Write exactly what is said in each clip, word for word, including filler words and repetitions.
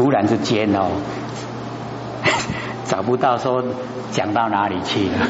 突然之间哦，找不到说讲到哪里去了。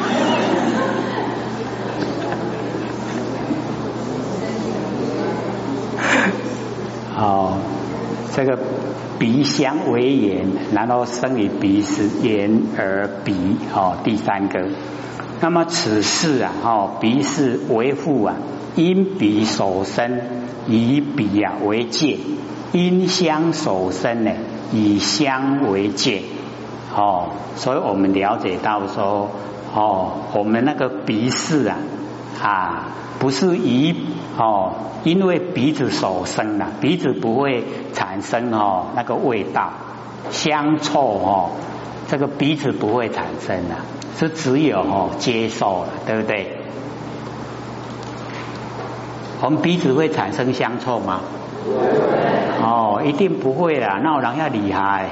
哦，这个鼻相为眼，然后生于鼻是眼耳鼻哦，第三个。那么此事啊，哦，鼻是为父啊，因鼻所生，以鼻啊为界；因香所生呢，以香为界。哦，所以我们了解到说，哦，我们那个鼻识啊，啊，不是以哦，因为鼻子所生的，鼻子不会产生哦那个味道，香臭哦，这个鼻子不会产生的，是只有哦接受了，对不对？我们鼻子会产生香臭吗？哦，一定不会啦，那我人要厉害。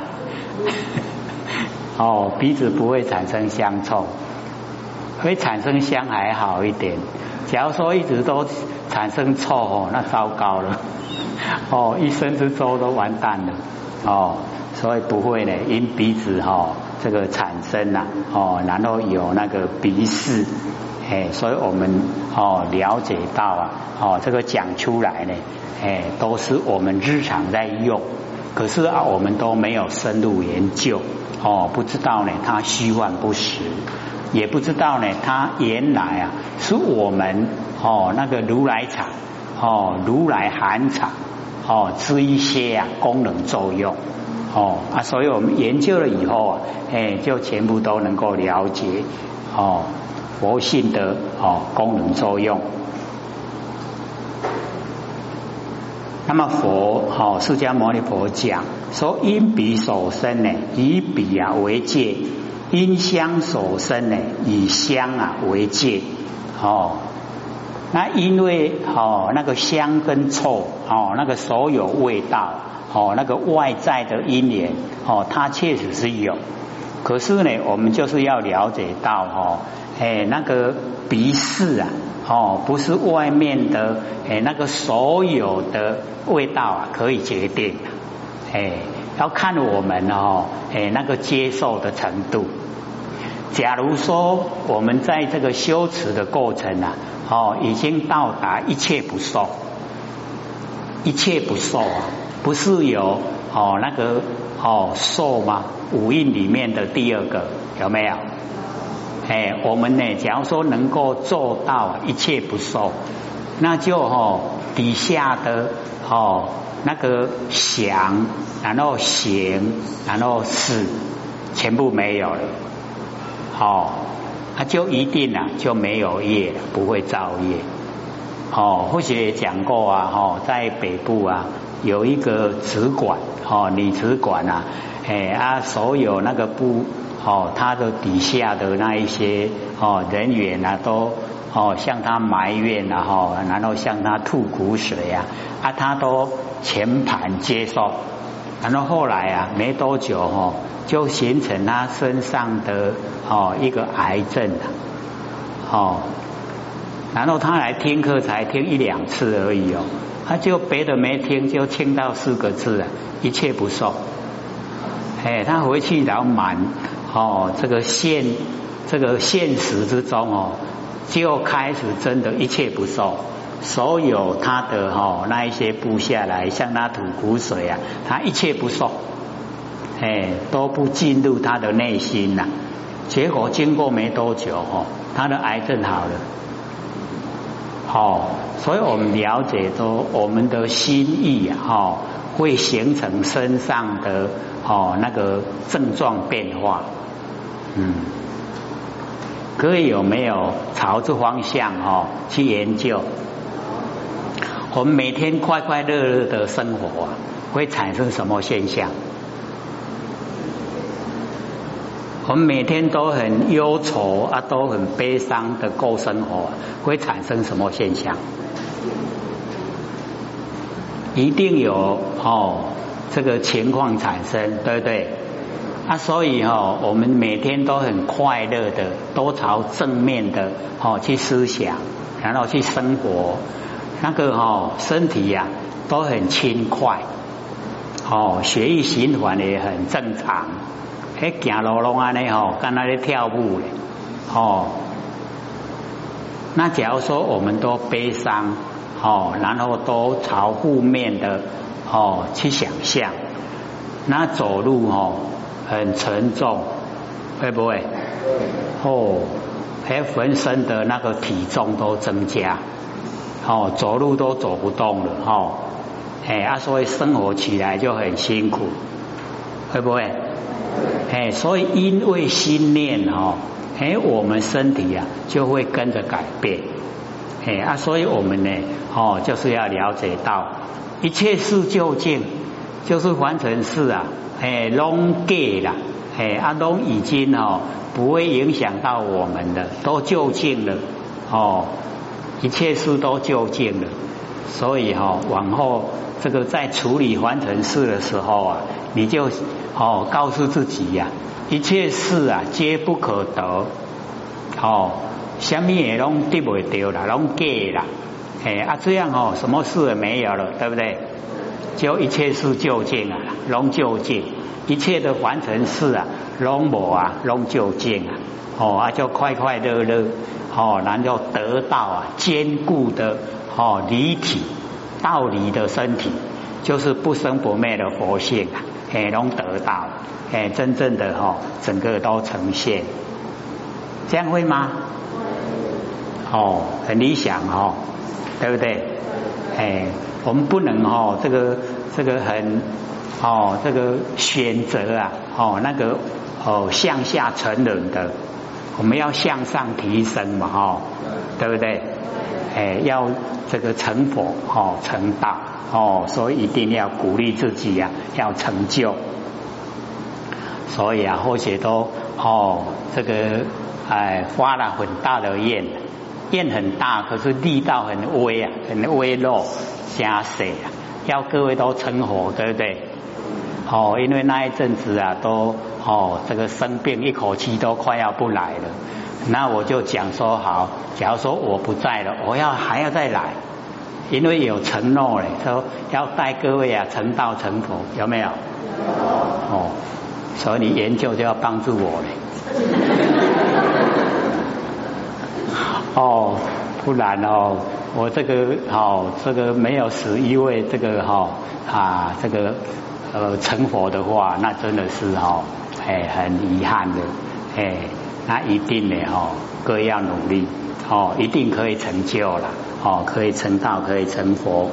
哦，鼻子不会产生香臭，会产生香还好一点。假如说一直都产生臭哦，那糟糕了。哦，一生之粥都完蛋了。哦，所以不会呢，因鼻子哈、哦、这个产生呐、啊，哦，然后有那个鼻识，哎，所以我们哦了解到啊，哦这个讲出来呢，哎，都是我们日常在用，可是啊我们都没有深入研究。哦，不知道呢，它虚幻不实，也不知道呢，它原来啊是我们哦那个如来藏哦如来含藏哦之一些啊功能作用哦啊，所以我们研究了以后啊，哎，就全部都能够了解哦佛性的哦功能作用。那么佛哦，释迦牟尼佛讲说，因鼻所生呢，以鼻啊为界；因香所生呢，以香啊为界。哦，那因为哦那个香跟臭哦那个所有味道哦那个外在的因缘哦，它确实是有。可是呢，我们就是要了解到哦，哎那个鼻识啊。哦，不是外面的诶那个所有的味道啊可以决定的，诶要看我们哦诶那个接受的程度。假如说我们在这个修持的过程啊，哦已经到达一切不受，一切不受啊，不是有哦那个哦受吗？五蕴里面的第二个有没有？哎，我们呢，假如说能够做到一切不受，那就哦底下的哦那个想，然后行，然后识，全部没有了，哦，它、啊、就一定啊就没有业了，不会造业。哦，或许也讲过啊，哦，在北部啊有一个职管，哦，女职管啊，哎啊，所有那个部。哦，他的底下的那一些哦人员啊，都哦向他埋怨啊，哈，然后向他吐苦水啊，啊，他都全盘接受，然后后来啊，没多久哦，就形成他身上的哦一个癌症啊，哦，然后他来听课才听一两次而已哦，他就别的没听，就听到四个字啊，一切不受，哎，他回去然后满。哦，这个现这个现实之中哦，就开始真的一切不受，所有他的哦那一些部下来向他吐苦水啊，他一切不受，哎都不进入他的内心呐、啊。结果经过没多久哦，他的癌症好了。哦，所以我们了解说，我们的心意啊，哦，会形成身上的哦那个症状变化。嗯，各位有没有朝这方向哦去研究？我们每天快快乐乐的生活啊，会产生什么现象？我们每天都很忧愁啊，都很悲伤的过生活，会产生什么现象？一定有哦这个情况产生，对不对？啊，所以哦，我们每天都很快乐的，都朝正面的哦去思想，然后去生活，那个哦身体呀、啊、都很轻快， 哦，血液循环也很正常。哎，行路拢安尼吼，跟那咧跳舞咧，哦。那假如说我们都悲伤，哦，然后都朝负面的哦去想象，那走路哦很沉重，会不会？哦，还浑身的那个体重都增加，哦，走路都走不动了，哦，哎啊，所以生活起来就很辛苦，会不会？哎，所以因为心念哦。哎，我们身体啊就会跟着改变，哎啊，所以我们呢，哦，就是要了解到一切事究竟，就是凡尘事啊，哎，拢假啦，哎啊，拢已经哦不会影响到我们的，都究竟了，哦，一切事都究竟了，所以哈、哦，往后这个在处理凡尘事的时候啊，你就哦告诉自己呀、啊。一切事啊，皆不可得。哦，什么也拢得不到啦，拢假啦。哎啊，这样哦，什么事也没有了，对不对？就一切事究竟啊，拢究竟。一切的凡尘事啊，拢无啊，拢究竟啊。哦啊，就快快乐乐。哦，然后得到啊坚固的哦离体道理的身体，就是不生不灭的佛性啊。哎，拢得到。哎，真正的哈、哦，整个都呈现，这样会吗？哦，很理想哦，对不对？哎，我们不能哦，这个这个很哦，这个选择啊，哦，那个哦向下沉沦的，我们要向上提升嘛，哦，对不对？哎，要这个成佛哦，成道哦，所以一定要鼓励自己呀、啊，要成就。所以啊，或许都哦，这个哎发了很大的愿，愿很大，可是力道很微啊，很微弱，加水啊，要各位都成佛，对不对？哦，因为那一阵子啊，都哦这个生病，一口气都快要不来了。那我就讲说好，假如说我不在了，我要还要再来，因为有承诺嘞，说要带各位啊成道成佛，有没有？哦。所以你研究就要帮助我嘞，哦，不然哦，我这个哦，这个没有十一位这个哈、哦、啊，这个呃成佛的话，那真的是哦，哎，很遗憾的，哎，那一定的哦，各要努力哦，一定可以成就了哦，可以成道，可以成佛。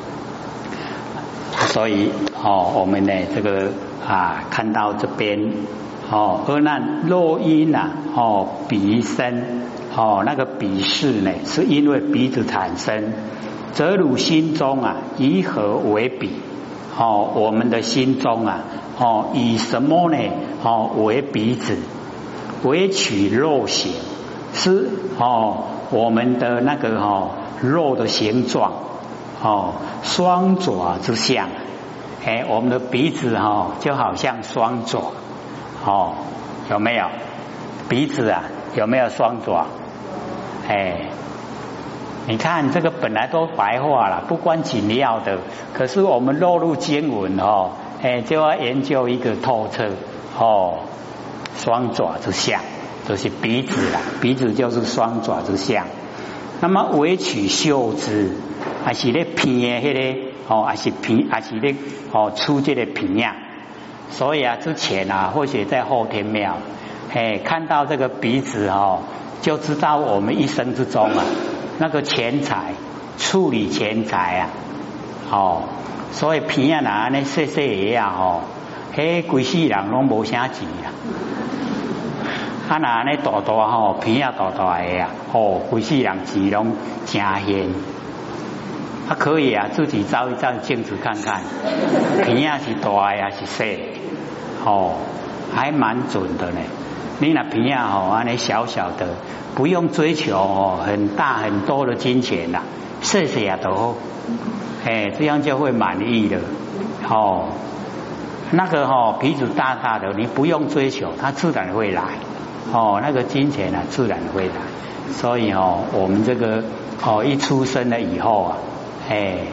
所以哦，我们呢这个。啊，看到这边哦，而那若因啊，哦，鼻生哦，那个鼻势呢，是因为鼻子产生，则汝心中啊，以何为鼻？哦，我们的心中啊，哦，以什么呢？哦，为鼻子，为取肉形，是哦，我们的那个哦肉的形状，哦，双爪之相。哎，我们的鼻子哈、哦、就好像双爪，哦，有没有？鼻子啊有没有双爪？哎，你看这个本来都白话了，不关紧要的，可是我们落入经文哦，哎，就要研究一个透彻哦，双爪之相，就是鼻子啦，鼻子就是双爪之相。那么为取嗅之，还是咧偏的迄个。哦，还是皮，还是咧哦出这个皮呀，所以啊，之前啊，或许在后天庙，哎，看到这个鼻子哦，就知道我们一生之中啊，那个钱财处理钱财啊，哦，所以皮啊哪那细细个啊吼，嘿，规世人拢无啥钱啦，啊那那大大吼皮啊大大个啊，哦，规世人钱拢真现。啊，可以啊，自己照一照镜子看看，鼻啊是大呀是小，哦，还蛮准的呢。你那鼻啊吼，安尼小小的，不用追求哦很大很多的金钱啦，小小也都好，哎，这样就会满意了。哦，那个哦鼻子大大的，你不用追求，它自然会来。哦，那个金钱啊，自然会来。所以哦，我们这个哦一出生了以后啊。哎，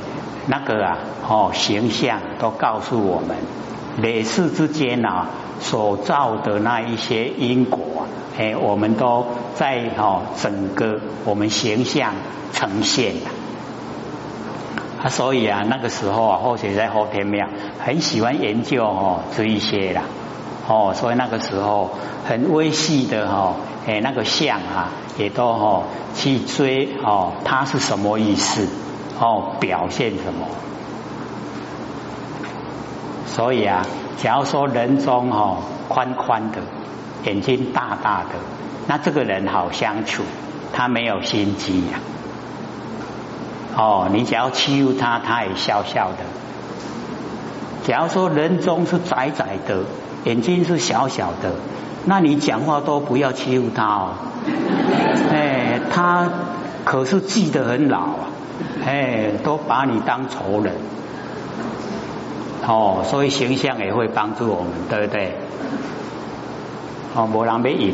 那个啊哦形象都告诉我们，累世之间啊所造的那一些因果啊，哎，我们都在哦整个我们形象呈现了。啊，所以啊，那个时候啊，或许在后天庙很喜欢研究哦这一些啦，哦，所以那个时候很微细的哈，哎，那个相啊，也都哦去追哦，它是什么意思，哦，表现什么。所以啊，假如说人中哦宽宽的，眼睛大大的，那这个人好相处，他没有心机呀、啊。哦，你只要欺负他，他也笑笑的。假如说人中是窄窄的，眼睛是小小的，那你讲话都不要欺负他哦。哎，他可是记得很牢啊，哎，都把你当仇人。哦，所以形象也会帮助我们，对不对？哦，没人要赢。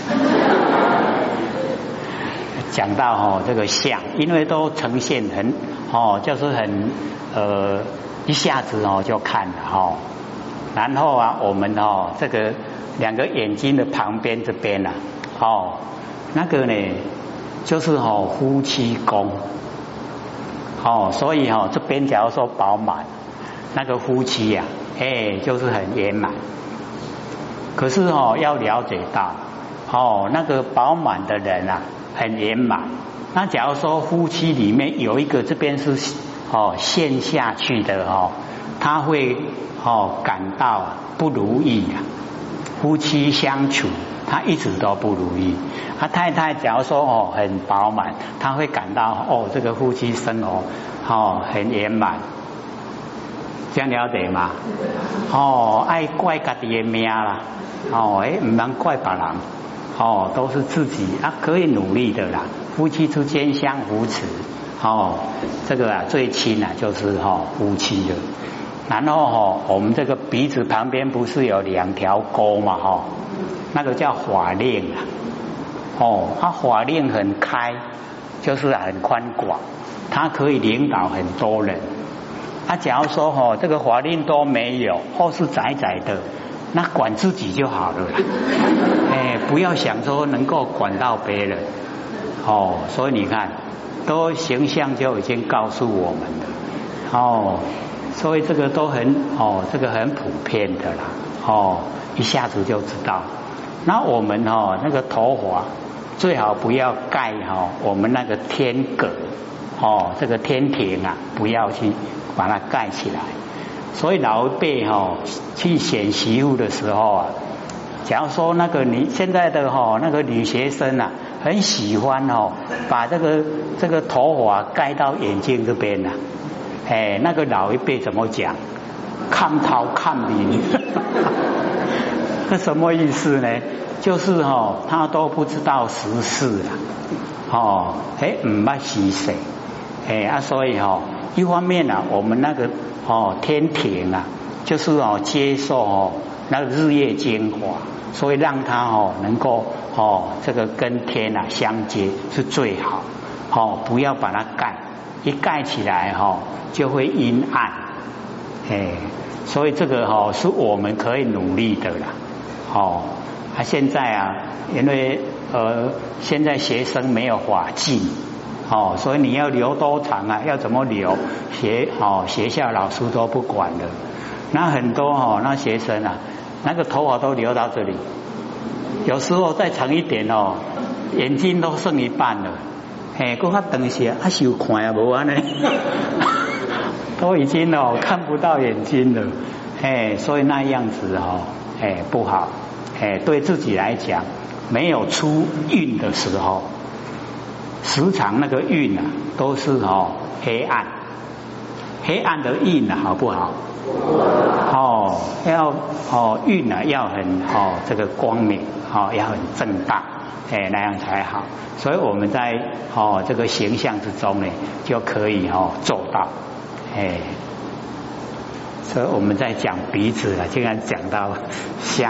讲到哦这个相，因为都呈现很哦，就是很呃一下子哦就看了哦，然后啊我们哦这个两个眼睛的旁边这边啊哦那个呢就是哦夫妻宫哦，所以哦这边假如说饱满，那个夫妻呀、啊、哎就是很圆满。可是哦要了解到哦那个饱满的人啊。很圆满。那假如说夫妻里面有一个这边是哦陷下去的哦，他会哦感到不如意啊。夫妻相处，他一直都不如意。他、啊、太太假如说哦很饱满，他会感到哦这个夫妻生活哦很圆满。这样了解吗？哦，爱怪家己的命啦，哦，哎，唔能怪别人。哦，都是自己啊，可以努力的啦。夫妻之间相扶持，哦，这个啊最亲啊就是哈、哦、夫妻了。然后哈、哦，我们这个鼻子旁边不是有两条沟嘛哈、哦，那个叫法令啊。哦，它法令很开，就是很宽广，它可以领导很多人。啊，假如说哈、哦、这个法令都没有，或是窄窄的。那管自己就好了啦，哎，不要想说能够管到别人，哦，所以你看，都形象就已经告诉我们了，哦，所以这个都很哦，这个很普遍的啦，哦，一下子就知道。那我们哦，那个头发最好不要盖哈，我们那个天葛，哦，这个天庭啊，不要去把它盖起来。所以老一辈哈、哦、去选媳妇的时候啊，假如说那个你现在的哈、哦、那个女学生啊，很喜欢哦把这个这个头发盖到眼睛这边呐、啊，哎，那个老一辈怎么讲？看头看脸，那什么意思呢？就是哈、哦、他都不知道时事啊，哦，哎唔捌时势，哎啊，所以哈、哦、一方面啊，我们那个。哦，天庭啊，就是哦接受哦那个日月精华，所以让它哦能够哦这个跟天啊相接是最好。哦，不要把它盖，一盖起来哈、哦、就会阴暗。哎，所以这个哈、哦、是我们可以努力的啦。哦，啊现在啊，因为呃现在学生没有法纪。哦，所以你要留多长啊？要怎么留？学哦，学校老师都不管的。那很多哦，那学生啊，那个头发都留到这里，有时候再长一点哦，眼睛都剩一半了。嘿，搁较长些，啊是有看啊无安呢，都已经哦看不到眼睛了。嘿，所以那样子哦，哎不好。哎，对自己来讲，没有出运的时候。时常那个运啊，都是哦黑暗，黑暗的运啊，好不好？哦，要哦运啊，要很哦这个光明，哦要很正大，哎那样才好。所以我们在哦这个形象之中呢，就可以哦做到，哎。所以我们在讲鼻子啊，竟然讲到相，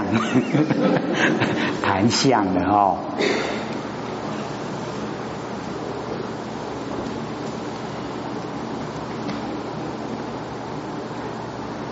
谈相了哦。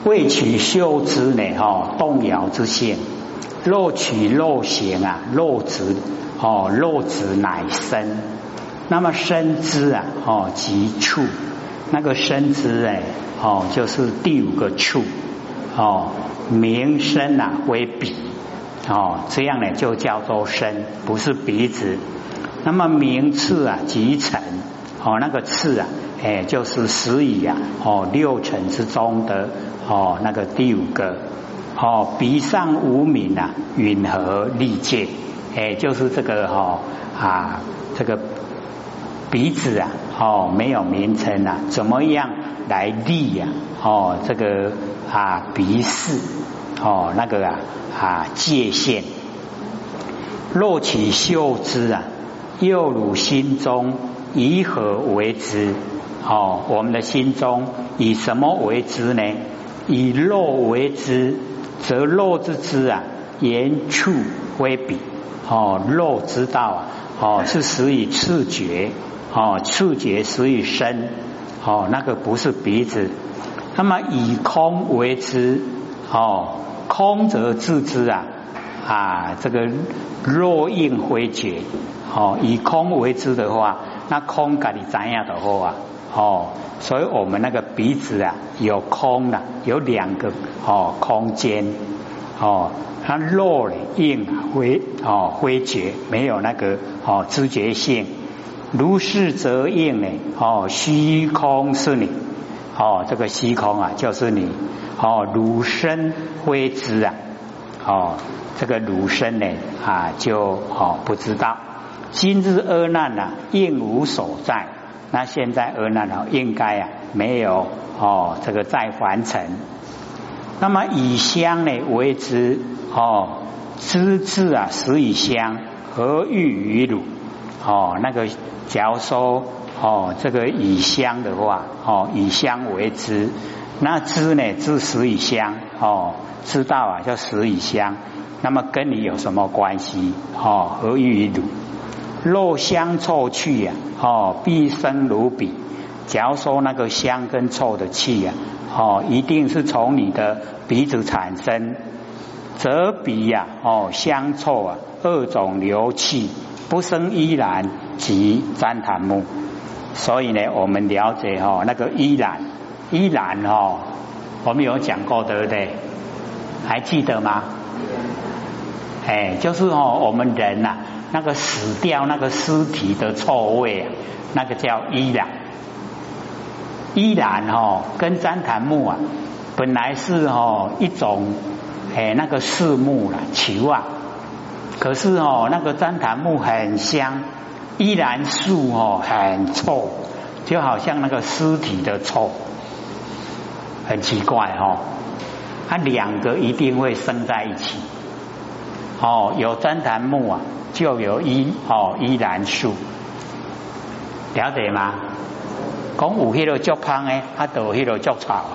未取嗅之呢，哦，动摇之性；若取肉形啊，肉质哦，肉质乃生。那么生之啊，哦，即处。那个生之哎，哦，就是第五个处哦，名生啊为鼻哦，这样呢就叫做生，不是鼻子。那么名次啊即尘哦，那个次啊，哎，就是十以啊哦六尘之中的哦那个第五个哦，鼻上无名啊，允和历界，哎，就是这个哈、哦、啊这个鼻子啊哦没有名称啊，怎么样来立呀、啊、哦这个啊鼻视哦那个啊啊界限。若起嗅之啊，又汝心中以何为之？哦，我们的心中以什么为之呢？以肉为之，则肉之知啊，言触为彼。哦，肉知道啊，哦是始于触觉，哦触觉始于身，哦那个不是鼻子。那么以空为之，哦空则自知啊。啊，这个若应回觉，哦，以空为之的话，那空自己知样的话，哦，所以我们那个鼻子啊，有空的、啊，有两个哦空间，哦，它若应回哦回觉，没有那个哦知觉性，如是则应呢，哦虚空是你，哦这个虚空啊就是你，哦汝身非知啊，哦。这个汝身呢啊就哦不知道，今日阿难啊应无所在，那现在阿难啊应该啊没有哦这个在凡尘。那么以香呢为之哦，知字啊始以香，何欲于汝？哦那个假如说哦这个以香的话，哦以香为之，那知呢知始以香，哦知道啊叫始以香。那么跟你有什么关系？哦，何欲于汝？若香臭去呀、啊，哦，必生如彼。假如说那个香跟臭的气呀、啊，哦，一定是从你的鼻子产生，则彼呀、啊，哦，香臭啊，二种流气，不生依然及旃檀木。所以呢，我们了解哈、哦，那个依然，依然哦，我们有讲过对不对？还记得吗？哎，就是哦，我们人呐、啊，那个死掉那个尸体的臭味啊，那个叫依然。依然哦，跟旃檀木啊，本来是哦一种哎那个树木啦，球啊，可是哦那个旃檀木很香，依然树哦很臭，就好像那个尸体的臭，很奇怪哦。它、啊、两个一定会生在一起。哦，有旃檀木啊，就有依哦依然树，了解吗？讲有迄个竹香诶，啊，都有迄个竹草。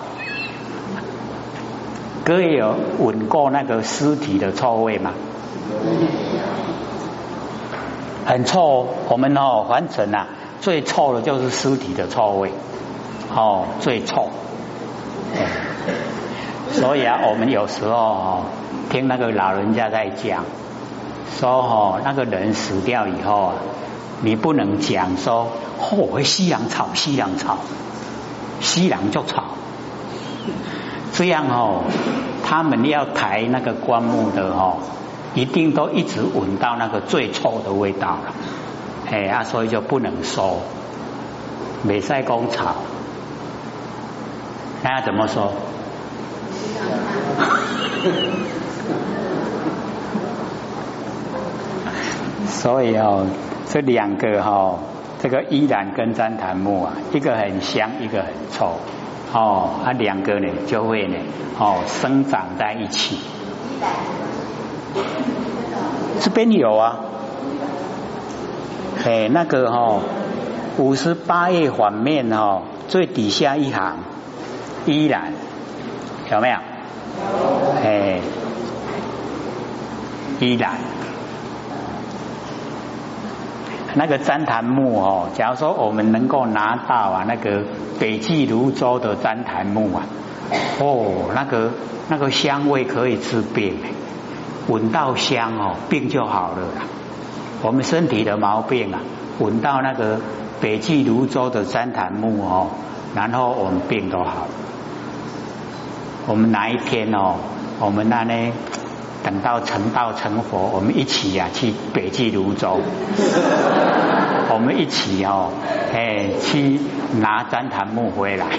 各位有闻过那个尸体的臭味吗？很臭，我们哦凡尘啊，最臭的就是尸体的臭味，哦，最臭。所以啊，我们有时候哦。听那个老人家在讲，说哦，那个人死掉以后啊，你不能讲说哦，西洋草，西洋草，西洋就草，这样哦，他们要抬那个棺木的哦，一定都一直闻到那个最臭的味道了，哎啊，所以就不能说，没在讲草，那要怎么说？所以哦，这两个哈、哦，这个依然跟旃檀木啊，一个很香，一个很臭，哦，啊两个呢就会呢哦生长在一起。这边有啊，哎那个哈、哦，五十八页反面哈、哦，最底下一行依然有没有？哎，依然。 那个旃檀木哦，假如说我们能够拿到啊，那个北俱泸州的旃檀木啊，哦，那个那个香味可以治病，闻到香哦，病就好了啦。我们身体的毛病啊，闻到那个北俱泸州的旃檀木哦，然后我们病都好了。我们哪一天哦，我们那呢？等到成道成佛，我们一起啊去北俱泸州，我们一起哦，哎去拿旃檀木回来。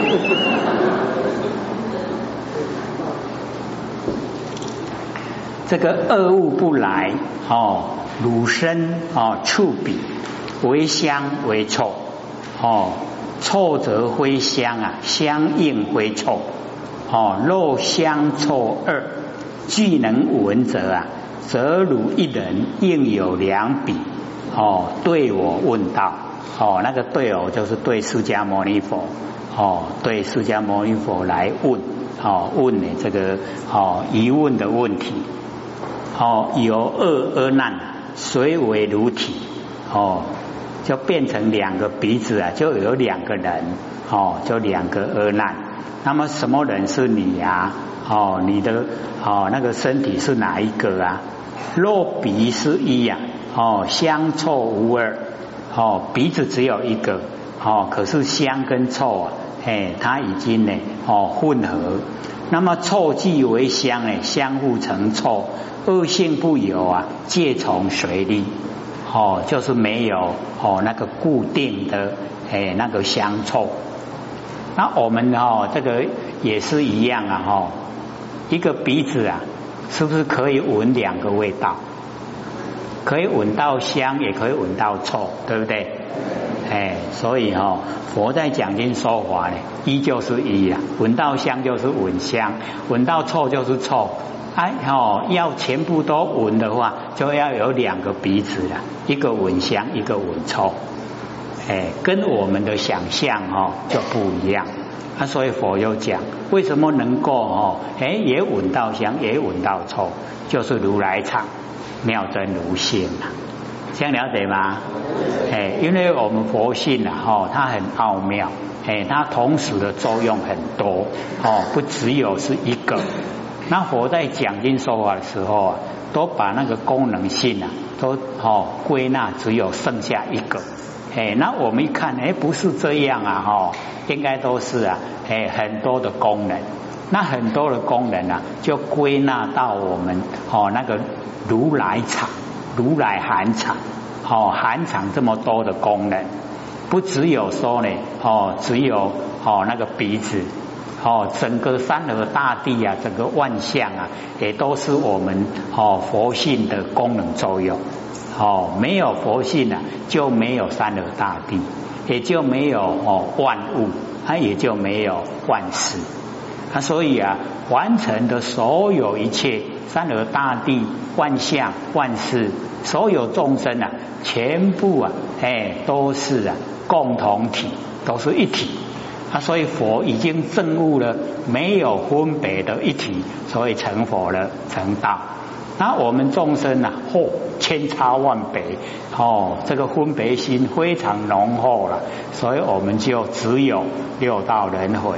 这个恶物不来哦，汝身哦触彼，为香为臭哦，臭则非香啊，香应非臭哦，若香臭二。具能闻者啊，则汝一人应有两彼哦。对我问道哦，那个对偶就是对释迦牟尼佛哦，对释迦牟尼佛来问哦，问你这个哦疑问的问题哦，有恶阿难，谁为如体哦，就变成两个鼻子啊，就有两个人哦，就两个阿难。那么什么人是你呀、啊？哦，你的哦那个身体是哪一个啊？若鼻是一呀、啊，哦香臭无二，哦鼻子只有一个，哦可是香跟臭啊，哎它已经呢哦混合。那么臭即为香呢，相互成臭，恶性不有啊，借从随力，哦就是没有哦那个固定的哎那个香臭。那我们哦这个也是一样啊哈、哦。一个鼻子啊，是不是可以闻两个味道？可以闻到香，也可以闻到臭，对不对？哎，所以哈、哦，佛在讲经说法呢，一就是一啊，闻到香就是闻香，闻到臭就是臭。哎哦，要全部都闻的话，就要有两个鼻子了，一个闻香，一个闻臭。哎，跟我们的想象哦就不一样。啊，所以佛又讲，为什么能够哦，哎，也闻到香，也闻到臭，就是如来藏，妙真如性啊，这样了解吗？哎，因为我们佛性啊，哦，它很奥妙，哎，它同时的作用很多，哦，不只有是一个。那佛在讲经说法的时候啊，都把那个功能性啊，都哦归纳只有剩下一个。哎，那我们一看，哎，不是这样啊，哈、哦，应该都是啊，哎，很多的功能，那很多的功能啊，就归纳到我们哦那个如来藏、如来含藏，哦，含藏这么多的功能，不只有说呢，哦，只有哦那个鼻子，哦，整个山河大地啊，整个万象啊，也都是我们哦佛性的功能作用。哦，没有佛性啊，就没有山河大地，也就没有哦万物，它、啊、也就没有万事。啊，所以啊，完成的所有一切山河大地、万象、万事，所有众生啊，全部啊，哎，都是啊共同体，都是一体。啊，所以佛已经证悟了没有分别的一体，所以成佛了，成道。那我们众生啊，嚯、哦，千差万别哦，这个分别心非常浓厚了，所以我们就只有六道轮回。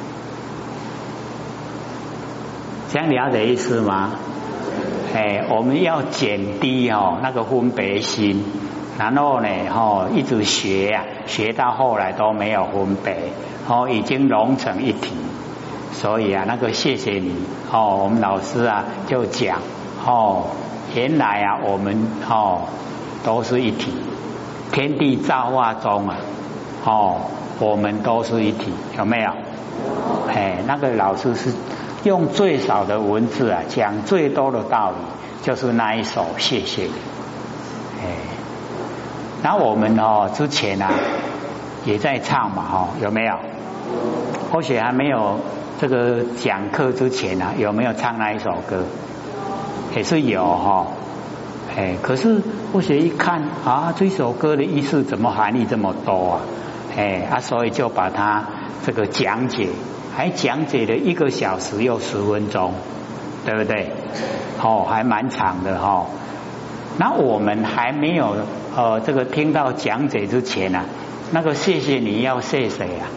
这样了解意思吗？哎，我们要减低哦那个分别心，然后呢，哦，一直学啊，学到后来都没有分别，哦，已经融成一体。所以啊，那个谢谢你哦，我们老师啊就讲。哦，原来啊，我们哦都是一体，天地造化中啊，哦，我们都是一体，有没有？哎，那个老师是用最少的文字啊，讲最多的道理，就是那一首谢谢你。哎，然后我们哦之前啊也在唱嘛，哦，有没有？或许还没有这个讲课之前啊，有没有唱那一首歌？也是有哈、哦，哎，可是或许一看啊，这首歌的意思怎么含义这么多啊？哎啊，所以就把它这个讲解，还讲解了一个小时又十分钟，对不对？哦，还蛮长的哈、哦。 那我们还没有呃这个听到讲解之前啊，那个谢谢你要谢谁啊？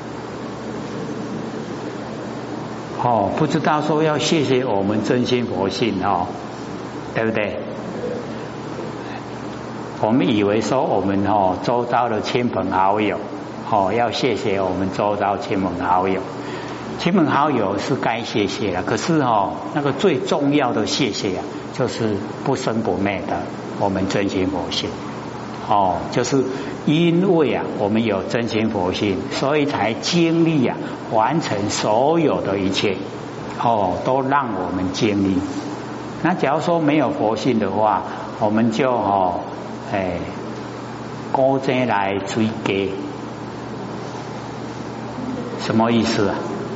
哦，不知道说要谢谢我们真心佛性哦，对不对？我们以为说我们哦周遭的亲朋好友哦要谢谢我们周遭亲朋好友，亲朋好友是该谢谢了，可是哦那个最重要的谢谢啊，就是不生不灭的我们真心佛性哦，就是因为啊我们有真心佛性，所以才经历啊完成所有的一切哦，都让我们经历。那假如说没有佛性的话，我们就哦哎高精来追给，什么意思啊？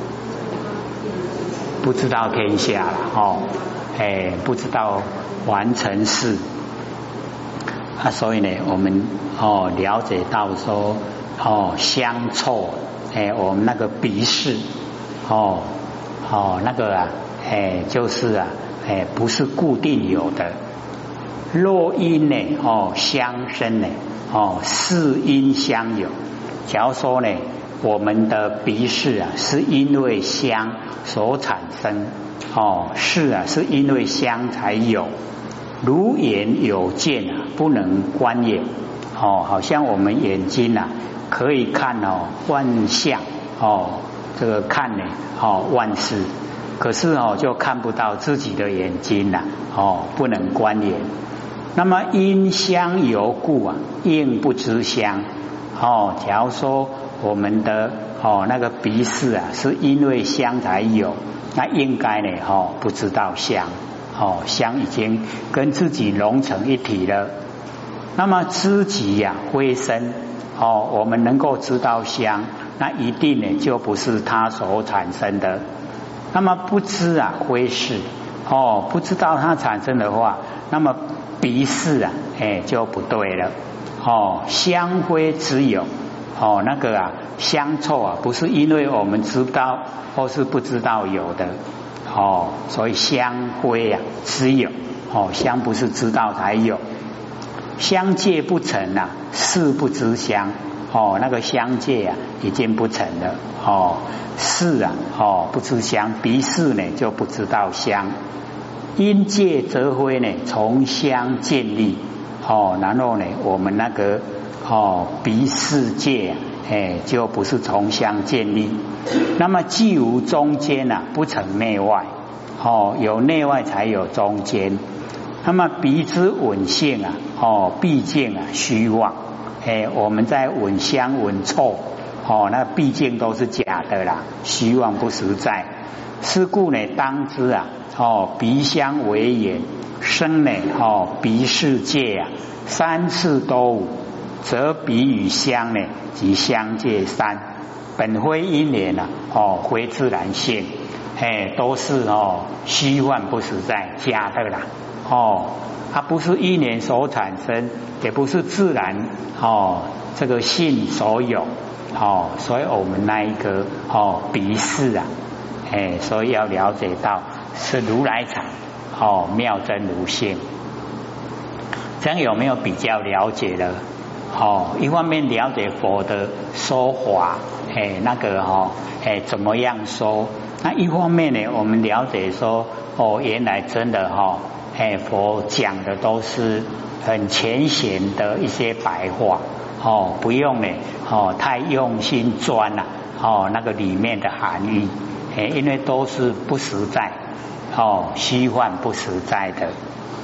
不知道天下了哦，哎不知道完成事啊，所以呢我们哦了解到说哦香臭，哎我们那个鼻屎哦哦那个啊哎就是啊哎不是固定有的，若因呢哦相生呢哦是因相有。假如说呢我们的鼻屎啊是因为香所产生哦，是啊是因为香才有，如眼有见啊不能观眼哦，好像我们眼睛啊可以看哦万象哦，这个看呢哦万事，可是哦就看不到自己的眼睛呐、啊、哦不能观眼。那么因香有故啊应不知香哦，假如说我们的哦那个鼻屎啊是因为香才有，那应该呢哦不知道香哦，香已经跟自己融成一体了。那么知己呀非身哦，我们能够知道香，那一定呢就不是它所产生的。那么不知啊非事哦，不知道它产生的话，那么鼻屎啊哎就不对了哦，香非之有哦，那个啊香臭啊不是因为我们知道或是不知道有的哦，所以香非啊之有哦，香不是知道才有。香界不成啊，事不知香哦，那个香界啊已经不成了哦，事啊哦不知香，鼻事呢就不知道香。因界则非呢从香建立哦，然后呢我们那个哦鼻世界啊哎就不是从香建立。那么既无中间啊不成内外哦，有内外才有中间。那么鼻之闻性啊哦毕竟啊虚妄，哎我们在闻香闻臭哦，那毕竟都是假的啦，虚妄不实在。是故呢当知啊哦鼻香为眼，生呢哦鼻世界啊三次都无，则鼻与香呢即香界三，本非因缘啊哦非自然性，哎都是哦虚幻不实在假的啦哦，它不是因缘所产生，也不是自然哦这个性所有哦，所以我们那一个哦鼻识啊哎，所以要了解到是如来藏哦妙真如性。这样有没有比较了解了哦？一方面了解佛的说法，哎那个哦哎怎么样说，那一方面呢我们了解说哦原来真的哈哎佛讲的都是很浅显的一些白话哦，不用呢哦太用心钻了哦那个里面的含义，哎因为都是不实在哦虚幻不实在的